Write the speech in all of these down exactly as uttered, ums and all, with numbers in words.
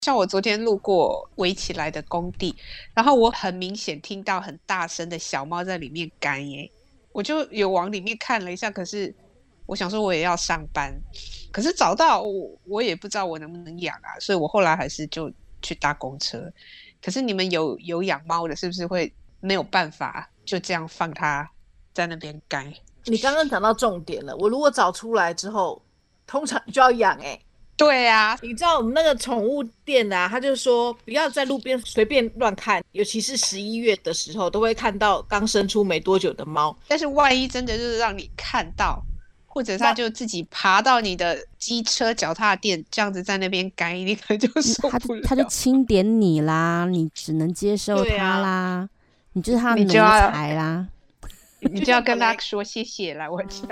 像我昨天路过围起来的工地，然后我很明显听到很大声的小猫在里面干耶，我就有往里面看了一下，可是我想说我也要上班，可是找到我我也不知道我能不能养啊，所以我后来还是就去搭公车。可是你们有有养猫的，是不是会没有办法就这样放它在那边干？ 你刚刚讲到重点了，我如果找出来之后，通常就要养。哎、欸， 对啊， 你知道我们那个宠物店的啊，他就说不要在路边随便乱看，尤其是十一月的时候，都会看到刚生出没多久的猫。 但是万一真的就是让你看到，或者它就自己爬到你的机车脚踏垫这样子在那边干，你可能就受不了。 他就轻点你啦，你只能接受他啦，啊、你就是他的奴才啦。 你就要跟他说谢谢啦，我讲。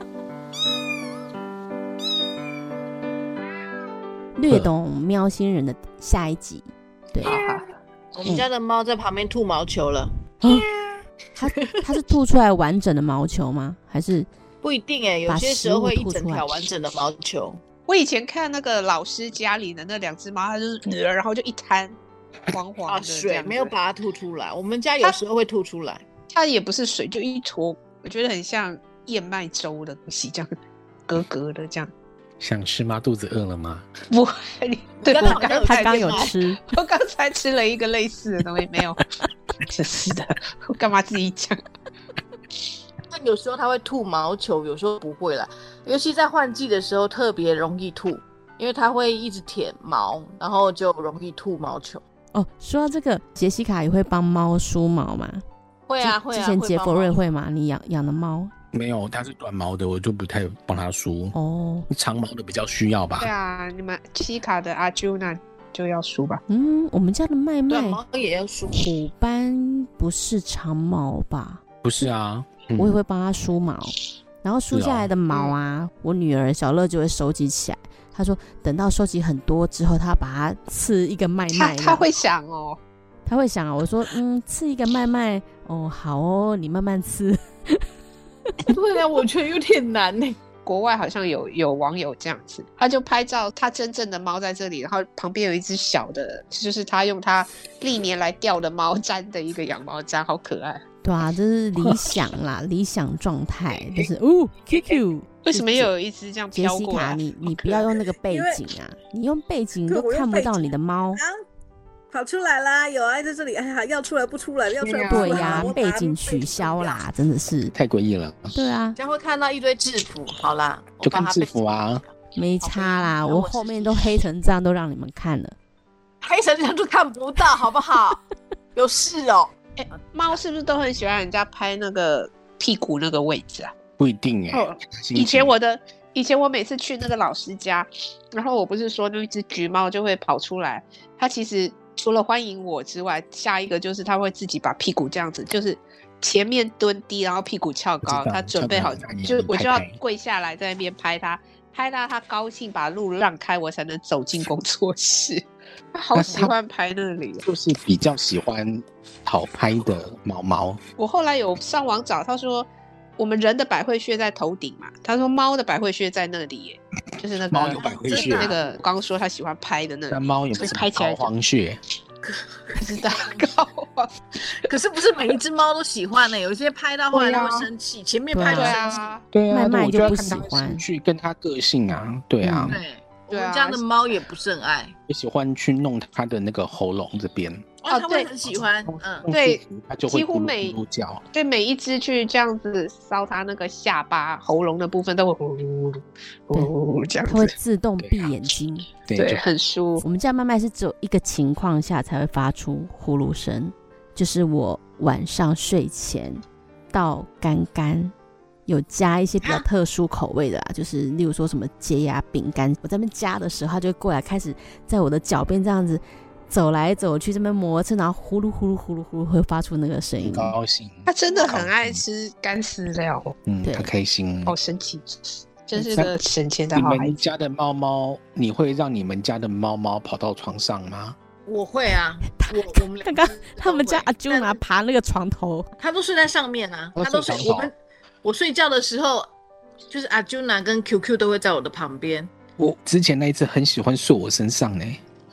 略懂喵星人的下一集，对， 好好， 我们家的猫在旁边吐毛球了。 嗯、它它是吐出来完整的毛球吗？还是不一定哎、欸，有些时候会一整条完整的毛球。 我以前看那个老师家里的那两只猫，它就是、呃、然后就一滩黄黄的这样、 啊、水没有把它吐出来。我们家有时候会吐出来。 它也不是水，就一坨，我觉得很像燕麦粥的东西，这样格格的这样。 想吃吗？肚子饿了吗？ 不，对， 刚我刚他刚有吃， 我刚才吃了一个类似的东西，没有，真是的，我干嘛自己讲？ 但有时候它会吐毛球，有时候不会啦。尤其在换季的时候特别容易吐，因为它会一直舔毛，然后就容易吐毛球。 哦，说到这个，杰西卡也会帮猫梳毛吗？ 会啊会啊。 之前杰佛瑞会吗？你养养的猫？ 没有，它是短毛的，我就不太帮它梳。 哦， 长毛的比较需要吧？ 对啊，你们西卡的阿朱那就要梳吧？ 嗯，我们家的麦麦短毛也要梳。 虎斑不是长毛吧？ 不是啊， 嗯、我也会帮它梳毛，然后梳下来的毛啊，哦、我女儿小乐就会收集起来。她说等到收集很多之后，她把它刺一个麦麦。 她会想哦， 她会想啊。我说嗯，刺一个麦麦哦，好哦，你慢慢刺。 对啊，我觉得有点难呢。 国外好像有有网友这样子，他就拍照他真正的猫在这里，然后旁边有一只小的，就是他用他历年来钓的猫粘的一个养猫粘，好可爱。 对啊，这是理想啦，理想状态就是哦 ，Q Q。 为什么又有一只这样飘过来？ 杰西卡，你你不要用那个背景啊，你用背景都看不到你的猫。 跑出来啦！有啊，在这里，哎呀，要出来不出来，要出来不出来。 对呀、啊，背景取消啦，真的是太诡异了。 对啊， 将会看到一堆制服。好啦， 就看制服啊， 没差啦，我后面都黑成这样，都让你们看了， 黑成这样就看不到，好不好？有事哦。 哎、欸，猫是不是都很喜欢人家拍那个屁股那个位置啊？ 不一定哎、欸哦。以前我的，以前我每次去那个老师家，然后我不是说那一只橘猫就会跑出来，它其实。除了欢迎我之外，下一个就是他会自己把屁股这样子，就是前面蹲低，然后屁股翘高，他准备好，就我就要跪下来在那边拍他，拍到他高兴，把路让开，我才能走进工作室。他好喜欢拍那里， 就是比较喜欢好拍的毛毛。 我后来有上网找，他说我们人的百会穴在头顶嘛，他说猫的百会穴在那里耶。就是那个猫有百会穴， 那个刚刚说他喜欢拍的那里， 但猫也不是拍起来膏肓穴， 不知道膏肓。 可是不是每一只猫都喜欢呢、欸？有些拍到后来它会生气，啊、前面拍就生气。 对啊， 麦麦就不喜欢去跟它个性啊，对啊。 对，我们家的猫也不是很爱， 也喜欢去弄它的那个喉咙这边。 哦，他会很喜欢， 嗯，对， 它就会几乎每咕噜叫， 对每一只去这样子搔它那个下巴、喉咙的部分，都会呼噜呼噜这样子， 它会自动闭眼睛， 对， 对很舒服。 我们家麦麦是只有一个情况下才会发出呼噜声，就是我晚上睡前到干干有加一些比较特殊口味的啦，就是例如说什么洁牙饼干，我在那边加的时候，它就会过来开始在我的脚边这样子。走来走去这边磨蹭，然后呼噜呼噜呼噜呼噜会发出那个声音。 高兴， 他真的很爱吃干饲料， 嗯，他开心， 好神奇，真是个神奇的好孩子。 你们家的猫猫，你会让你们家的猫猫跑到床上吗？ 我会啊，我我们刚刚他们家阿朱拿爬那个床头， 他都睡在上面啊，他都睡我们我睡觉的时候，就是阿朱拿跟 Q Q 都会在我的旁边。 我之前那一只很喜欢睡我身上呢、欸。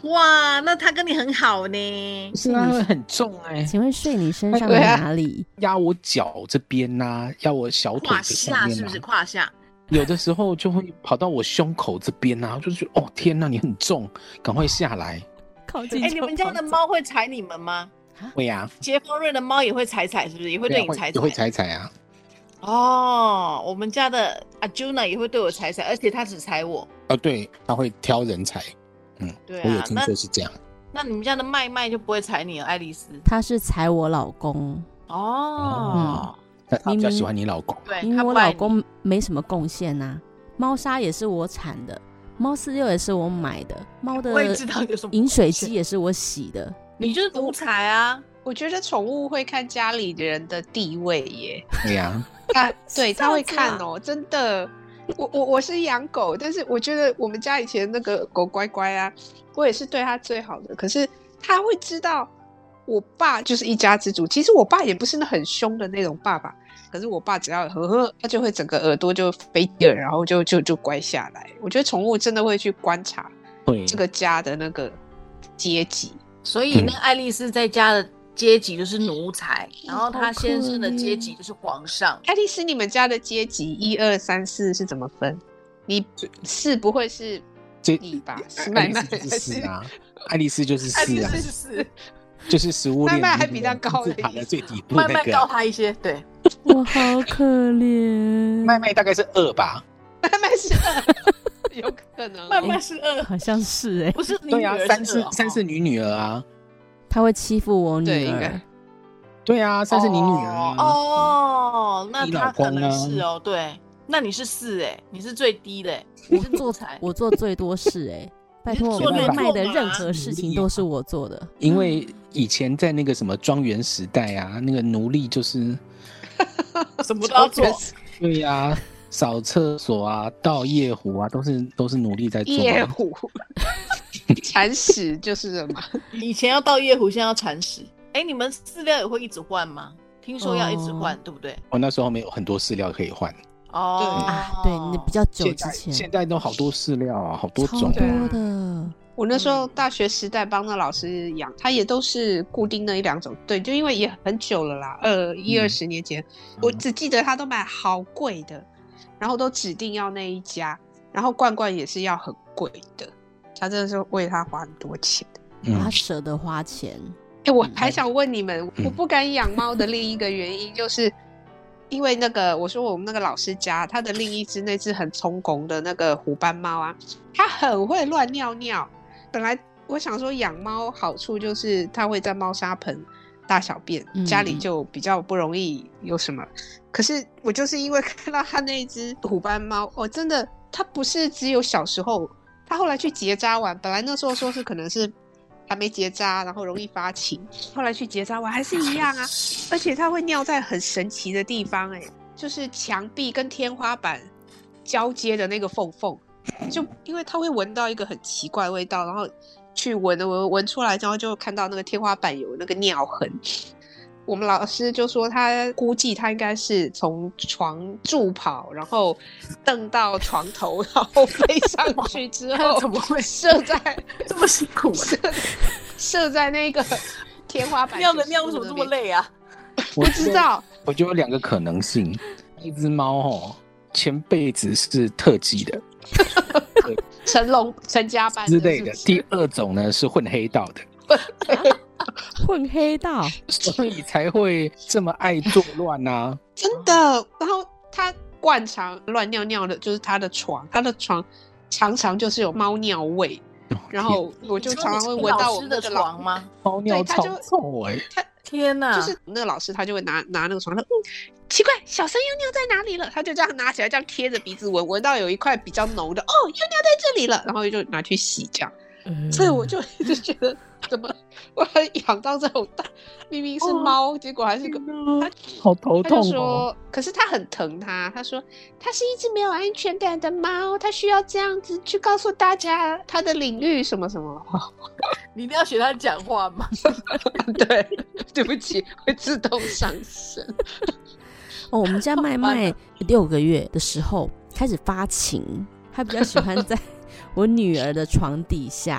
哇，那他跟你很好呢。 是啊，会很重哎、 请问睡你身上的哪里？ 压我脚这边呐、啊，压我小腿胯的上面、啊、 下是不是？胯下。 有的时候就会跑到我胸口这边啊，就是觉得哦天哪，你很重，赶快下来。 靠近哎、欸，你们家的猫会踩你们吗？ 会啊， 杰方瑞的猫也会踩踩，是不是？也会对你踩踩？ 也会踩踩啊。 哦，我们家的阿 Juna 也会对我踩踩，而且它只踩我。 哦，对，它会挑人踩。嗯， 对啊， 我有听说是这样。 那, 那你们家的麦麦就不会踩你了，爱丽丝？ 他是踩我老公。 哦， 那、嗯、他比较喜欢你老公。 对， 因为我老公没什么贡献呐。猫砂也是我铲的，猫饲料也是我买的，猫的饮水机也是我洗的。 你就是独裁啊！ 我觉得宠物会看家里人的地位耶。 对呀、啊， 他对他会看哦，真的。我我我是养狗，但是我觉得我们家以前那个狗乖乖啊，我也是对它最好的。可是他会知道我爸就是一家之主。其实我爸也不是那很凶的那种爸爸，可是我爸只要呵呵，他就会整个耳朵就飞起来，然后就就就乖下来。我觉得宠物真的会去观察这个家的那个阶级。 所以那爱丽丝在家的阶级就是奴才，嗯、然后她先生的阶级就是皇上。 爱丽丝，你们家的阶级一二三四是怎么分？你四不会是你吧？是麦麦是四啊？爱丽丝就是四啊，爱丽丝是四， 就是食物链麦麦还比他高的爬的最底部、那个， 麦麦高他一些，对。 我好可怜。 麦麦大概是二吧？ 麦麦是二。有可能、哦， 麦麦是二， 好像是哎、欸， 不是你女儿是二、啊、三是哦、 三是你女儿啊， 他会欺负我女儿， 对啊，三是你女儿啊， 哦，那他可能是哦， 啊、 对，那你是四哎、欸，你是最低的、欸， 我做我做最多事哎、欸，拜托，麦麦的任何事情都是我做的， 因为以前在那个什么庄园时代啊，那个奴隶就是什么都要做， 对呀、啊。扫厕所啊，倒夜壶啊，都是都是努力在做。 夜壶，铲屎就是了嘛。 以前要倒夜壶，现在要铲屎。哎、欸，你们饲料也会一直换吗？听说要一直换、哦，对不对？ 我那时候没有很多饲料可以换。 哦， 对啊，对你比较久之前， 现在, 现在都好多饲料啊，好多种。 超多的。 我那时候大学时代帮那老师养，他也都是固定的一两种。对，就因为也很久了啦，二一二十年前、嗯，我只记得他都买好贵的。然后都指定要那一家，然后罐罐也是要很贵的，他真的是为他花很多钱、 嗯、他舍得花钱。 哎、欸，我还想问你们、嗯，我不敢养猫的另一个原因，就是因为那个我说我们那个老师家，他的另一只那只很聪拱的那个虎斑猫啊，它很会乱尿尿。本来我想说养猫好处就是它会在猫砂盆大小便，家里就比较不容易有什么、嗯、可是我就是因为看到他那一只虎斑猫，哦，真的它不是只有小时候，它后来去结扎完，本来那时候说是可能是还没结扎，然后容易发情，后来去结扎完还是一样啊，而且它会尿在很神奇的地方，哎，就是墙壁跟天花板交接的那个缝缝，就因为它会闻到一个很奇怪的味道，然后去闻闻闻出来，然后就看到那个天花板有那个尿痕。我们老师就说他估计他应该是从床助跑，然后蹬到床头，然后飞上去之后， 怎么会射在这么辛苦、啊？ 射射在那个天花板。 尿的尿为什么这么累啊？ 不知道。 我觉得有两个可能性，一只猫哦，前辈子是特技的。 成龙成家班之类的。第二种呢是混黑道的， 混黑道， 所以才会这么爱作乱啊！ 真的。然后他惯常乱尿尿的，就是他的床，他的床常常就是有猫尿味，然后我就常常会闻到我们那个床吗？ 猫尿超臭哎、欸！ 天哪！就是那个老师他就会拿拿那个床，他说嗯。奇怪，小生又尿在哪里了？他就这样拿起来，这样贴着鼻子闻，闻到有一块比较浓的，哦，又尿在这里了，然后就拿去洗，这样。嗯、所以我就一直觉得，怎么我养到这种大，明明是猫、哦，结果还是个，他好头痛、哦。 他就说，可是他很疼他，他说他是一只没有安全感的猫，他需要这样子去告诉大家他的领域什么什么。 你一定要学他讲话吗？ 对，对不起，会自动上升。 哦，我们家麦麦六个月的时候开始发情，他比较喜欢在我女儿的床底下，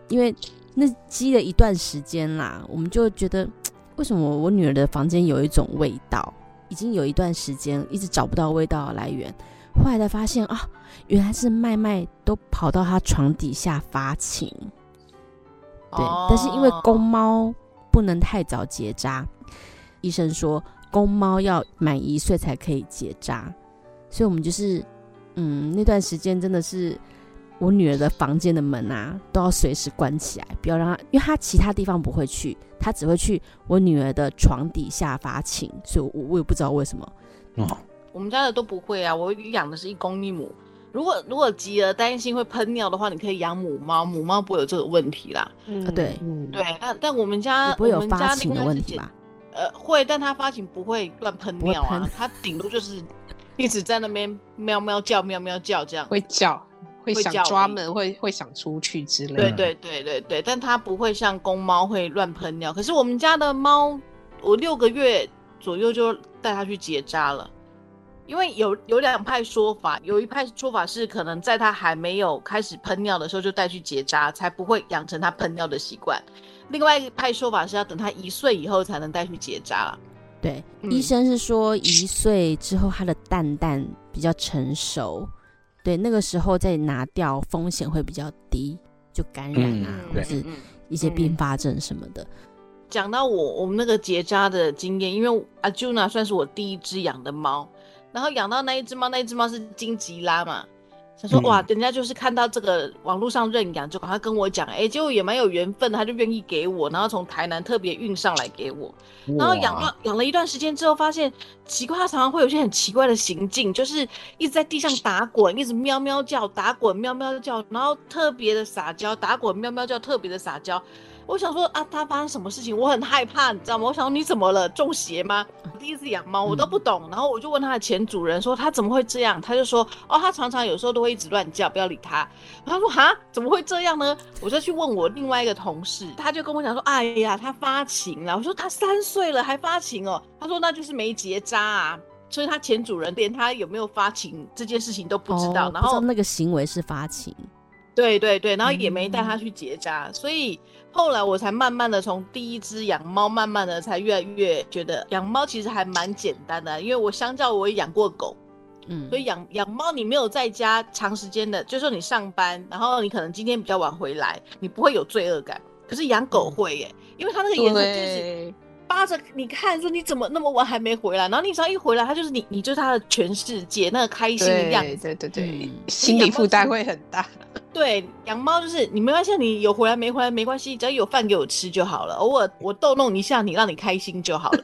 因为那积了一段时间啦，我们就觉得为什么我女儿的房间有一种味道，已经有一段时间一直找不到味道的来源，后来才发现啊，原来是麦麦都跑到她床底下发情。对， 哦、 但是因为公猫不能太早结扎，医生说公猫要满一岁才可以结扎，所以我们就是嗯那段时间真的是我女儿的房间的门啊都要随时关起来，不要让她，因为她其他地方不会去，她只会去我女儿的床底下发情，所以我我也不知道为什么。 哦， 我们家的都不会啊，我养的是一公一母。如果如果吉儿担心会喷尿的话，你可以养母猫，母猫不会有这个问题啦。 嗯，对， 嗯， 对，但但我们家也不会有我们家发情的问题吧？ 呃，会，但它发情不会乱喷尿不会喷， 啊它顶多就是一直在那边喵喵叫、喵喵叫这样。 会叫，会想会叫抓门，会会想出去之类的。 对对对对对，但它不会像公猫会乱喷尿。可是我们家的猫，我六个月左右就带它去结扎了。因为有有两派说法，有一派说法是可能在它还没有开始喷尿的时候就带去结扎，才不会养成它喷尿的习惯。另外一派说法是要等它一岁以后才能带去结扎啦。 对， 嗯医生是说一岁之后它的蛋蛋比较成熟，对，那个时候再拿掉风险会比较低，就感染啊， 嗯或是嗯一些并发症什么的。 讲到我我们那个结扎的经验，因为阿 Juna 算是我第一只养的猫，然后养到那一只猫，那一只猫是金吉拉嘛，想说、 嗯哇，人家就是看到这个网络上认养，就赶快跟我讲，哎，结果也蛮有缘分的，他就愿意给我，然后从台南特别运上来给我，然后养哇到养了一段时间之后，发现奇怪，它常常会有一些很奇怪的行径，就是一直在地上打滚，一直喵喵叫，打滚喵喵叫，然后特别的撒娇，打滚喵喵叫，特别的撒娇。我想说啊，它发生什么事情？我很害怕，你知道吗？我想说你怎么了？中邪吗？我第一次养猫，我都不懂。然后我就问他的前主人说他怎么会这样？他就说哦，他常常有时候都会一直乱叫，不要理他。他说哈，怎么会这样呢？我就去问我另外一个同事，他就跟我讲说，哎呀，他发情了。我说他三岁了还发情哦？他说那就是没结扎啊。所以他前主人连他有没有发情这件事情都不知道， 哦、 然后不知道那个行为是发情。 对对对，然后也没带他去结扎，嗯、所以后来我才慢慢的从第一只养猫，慢慢的才越来越觉得养猫其实还蛮简单的，因为我相较我也养过狗，嗯，所以养养猫你没有在家长时间的，就是说你上班，然后你可能今天比较晚回来，你不会有罪恶感，可是养狗会耶，因为它那个眼神就是扒着你看，说你怎么那么晚还没回来，然后你只要一回来，它就是你，你就是它的全世界，那个开心的样子， 对对对对， 嗯、 心理负担会很大。 对，养猫就是你没关系，你有回来没回来没关系，只要有饭给我吃就好了。偶尔我逗弄一下你，让你开心就好了。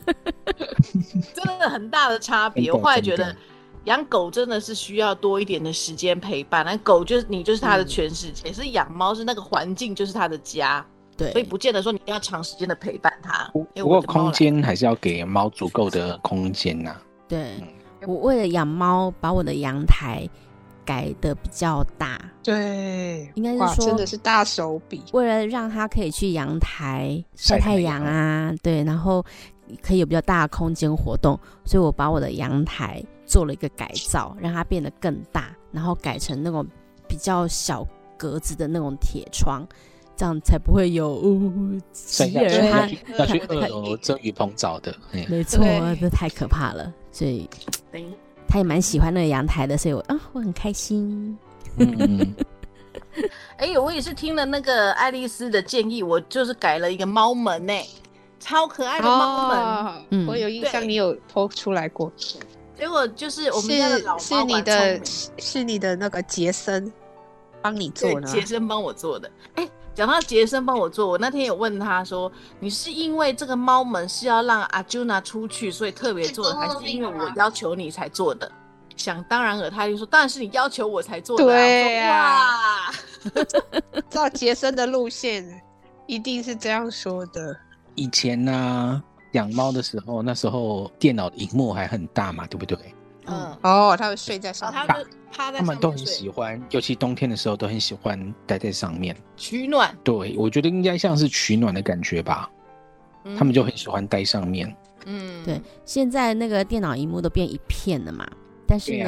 真的很大的差别。我后来觉得养狗真的是需要多一点的时间陪伴，那狗就是你就是它的全世界，可、嗯、是养猫是那个环境就是它的家。 对， 所以不见得说你要长时间的陪伴它。 不过空间还是要给猫足够的空间呐、啊。 对、嗯，我为了养猫，把我的阳台改得比较大。 对， 应该是说真的是大手笔。 为了让它可以去阳台晒太阳啊，对，然后可以有比较大的空间活动，所以我把我的阳台做了一个改造，让它变得更大，然后改成那种比较小格子的那种铁窗。这样才不会有吉尔他要去二楼遮雨棚找的， 没错，这太可怕了。所以他也蛮喜欢那个阳台的，所以我啊我很开心。 嗯， 哎、欸，我也是听了那个爱丽丝的建议，我就是改了一个猫门呢、欸，超可爱的猫门。 哦嗯、我有印象，你有 po 出来过。 结果就是我们家的老猫是你的是你的那个杰森帮你做的， 杰森帮我做的。哎、欸。讲到杰森帮我做，我那天有问他说：“你是因为这个猫门是要让阿 Juna 出去，所以特别做的，还是因为我要求你才做的？”想当然尔，他就说：“当然是你要求我才做的、啊。” 对呀、 啊， 照杰森的路线，一定是这样说的。 以前呢、啊，养猫的时候，那时候电脑的萤幕还很大嘛，对不对？ 嗯， 哦，他会睡在上面， 他趴在上面睡， 他们都很喜欢，尤其冬天的时候都很喜欢待在上面取暖。 对，我觉得应该像是取暖的感觉吧，嗯、他们就很喜欢待上面。 嗯， 对，现在那个电脑萤幕都变一片了嘛，但是呢， 啊、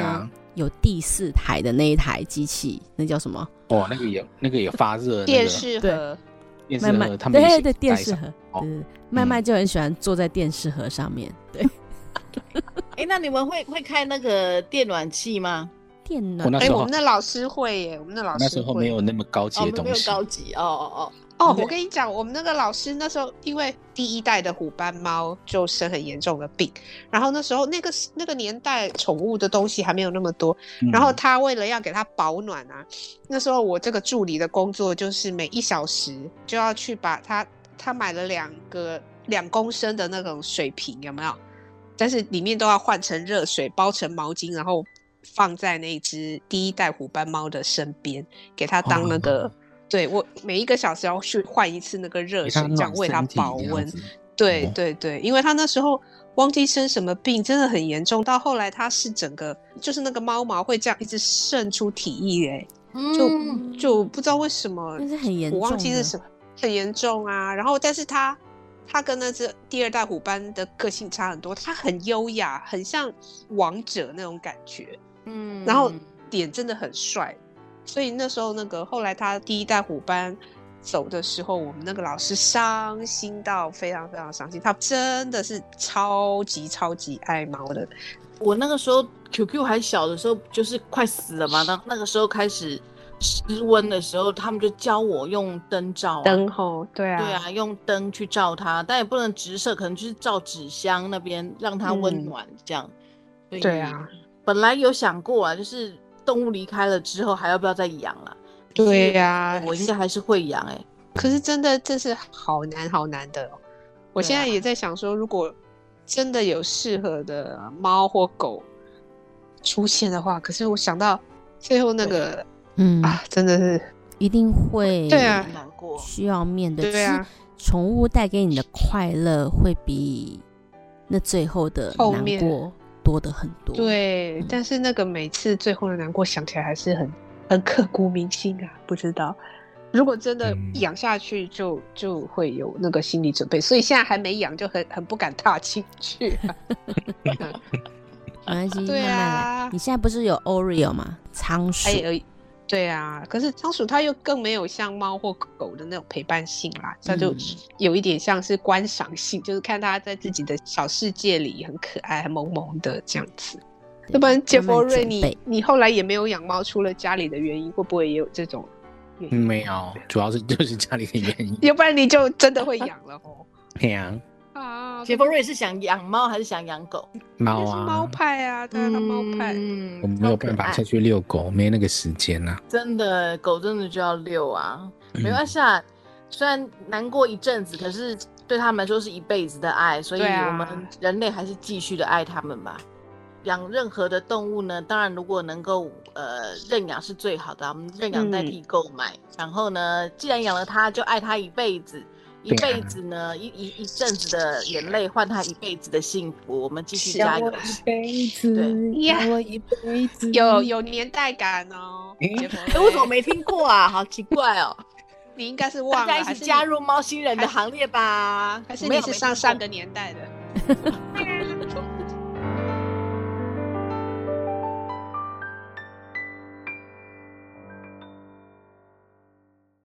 有第四台的那一台机器，那叫什么？ 哦，那个也那个也发热、那个， 电视盒， 电视盒，他们对对电视盒， 哦、 对对，麦麦就很喜欢坐在电视盒上面，对。 哎、欸，那你们会会开那个电暖器吗？ 电暖， 哎、欸，我们的老师会耶，我们的老师会那时候没有那么高级的东西， 哦、没有高级哦哦哦。 哦，我跟你讲，我们那个老师那时候因为第一代的虎斑猫就生很严重的病，然后那时候那个那个年代宠物的东西还没有那么多，嗯、然后他为了要给它保暖啊，那时候我这个助理的工作就是每一小时就要去把它，他买了两个两公升的那种水瓶，有没有？但是里面都要换成热水，包成毛巾，然后放在那只第一代虎斑猫的身边，给它当那个。哦，对，我每一个小时要去换一次那个热水，这样为它保温。对对对，因为它那时候忘记生什么病，真的很严重。到后来它是整个就是那个猫毛会这样一直渗出体液，哎、嗯，就就不知道为什么， 那是很严重， 我忘记是什么，很严重啊。然后，但是它它跟那只第二代虎斑的个性差很多，它很优雅，很像王者那种感觉，嗯，然后脸真的很帅。所以那时候那个后来他第一代虎斑走的时候，我们那个老师伤心到非常非常伤心，他真的是超级超级爱猫的。 我那个时候 Q Q 还小的时候，就是快死了嘛，那那个时候开始失温的时候，他们就教我用灯照、啊， 灯后，对啊， 对啊，用灯去照它，但也不能直射，可能就是照纸箱那边让它温暖这样。 嗯、对啊， 本来有想过啊，就是动物离开了之后还要不要再养啦？ 对呀、啊， 我应该还是会养哎、欸。 可是真的这是好难好难的、哦。我现在也在想说，如果真的有适合的猫或狗出现的话，可是我想到最后那个，嗯啊，真的是一定会对啊难过， 需要面对。 对啊， 宠物带给你的快乐会比那最后的难过多的很多。 对、嗯，但是那个每次最后的难过想起来还是很很刻骨铭心啊！不知道如果真的养下去就，就、嗯、就会有那个心理准备，所以现在还没养，就很很不敢踏进去、啊。 没关系， 对啊， 慢慢来。你现在不是有 Oreo 吗？仓鼠。 哎对啊，可是仓鼠它又更没有像猫或狗的那种陪伴性啦，它就有一点像是观赏性，嗯、就是看它在自己的小世界里很可爱、很萌萌的这样子。要不然杰佛瑞你，你你后来也没有养猫，除了家里的原因，会不会也有这种原因？ 没有，主要是就是家里的原因。 要不然你就真的会养了哦。 对啊。 啊，杰佛瑞是想养猫还是想养狗？ 猫啊， 是猫派啊，对啊，他猫派。 嗯， 我没有办法下去遛狗，没那个时间啊。 真的，狗真的就要遛啊，嗯、没关系啊。虽然难过一阵子，可是对他们来说是一辈子的爱，所以我们人类还是继续的爱他们吧。养任何的动物呢，当然如果能够呃认养是最好的，我们认养代替购买、嗯。然后呢，既然养了它，就爱它一辈子。一辈子呢，一一一阵子的眼泪换他一辈子的幸福，我们继续加油。 一辈子， 对， 我一辈子， 有有年代感哦。哎、 欸，我怎么没听过啊？好奇怪哦。 你应该是忘了， 大家一起加入猫星人的行列吧？ 还是你是上上个年代的？